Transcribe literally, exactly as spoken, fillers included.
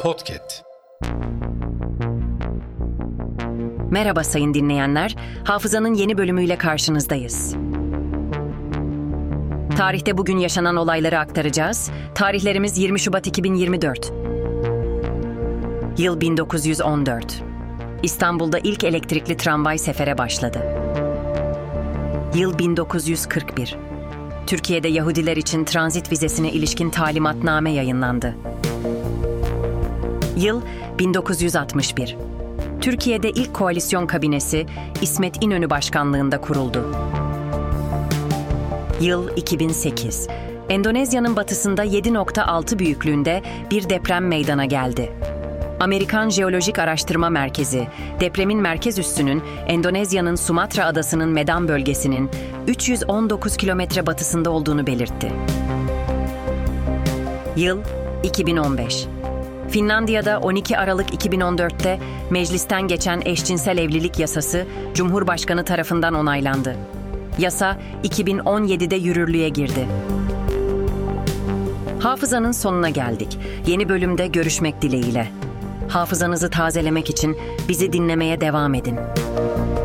Podcast. Merhaba sayın dinleyenler, Hafızanın yeni bölümüyle karşınızdayız. Tarihte bugün yaşanan olayları aktaracağız. Tarihlerimiz yirmi Şubat iki bin yirmi dört. Yıl bin dokuz yüz on dört. İstanbul'da ilk elektrikli tramvay sefere başladı. Yıl bin dokuz yüz kırk bir. Türkiye'de Yahudiler için transit vizesine ilişkin talimatname yayınlandı. Yıl bin dokuz yüz altmış bir. Türkiye'de ilk koalisyon kabinesi İsmet İnönü başkanlığında kuruldu. Yıl iki bin sekiz. Endonezya'nın batısında yedi nokta altı büyüklüğünde bir deprem meydana geldi. Amerikan Jeolojik Araştırma Merkezi, depremin merkez üssünün Endonezya'nın Sumatra adasının Medan bölgesinin üç yüz on dokuz kilometre batısında olduğunu belirtti. Yıl iki bin on beş. Finlandiya'da on iki Aralık iki bin on dört'te meclisten geçen eşcinsel evlilik yasası Cumhurbaşkanı tarafından onaylandı. Yasa iki bin on yedi'de yürürlüğe girdi. Hafızanın sonuna geldik. Yeni bölümde görüşmek dileğiyle. Hafızanızı tazelemek için bizi dinlemeye devam edin.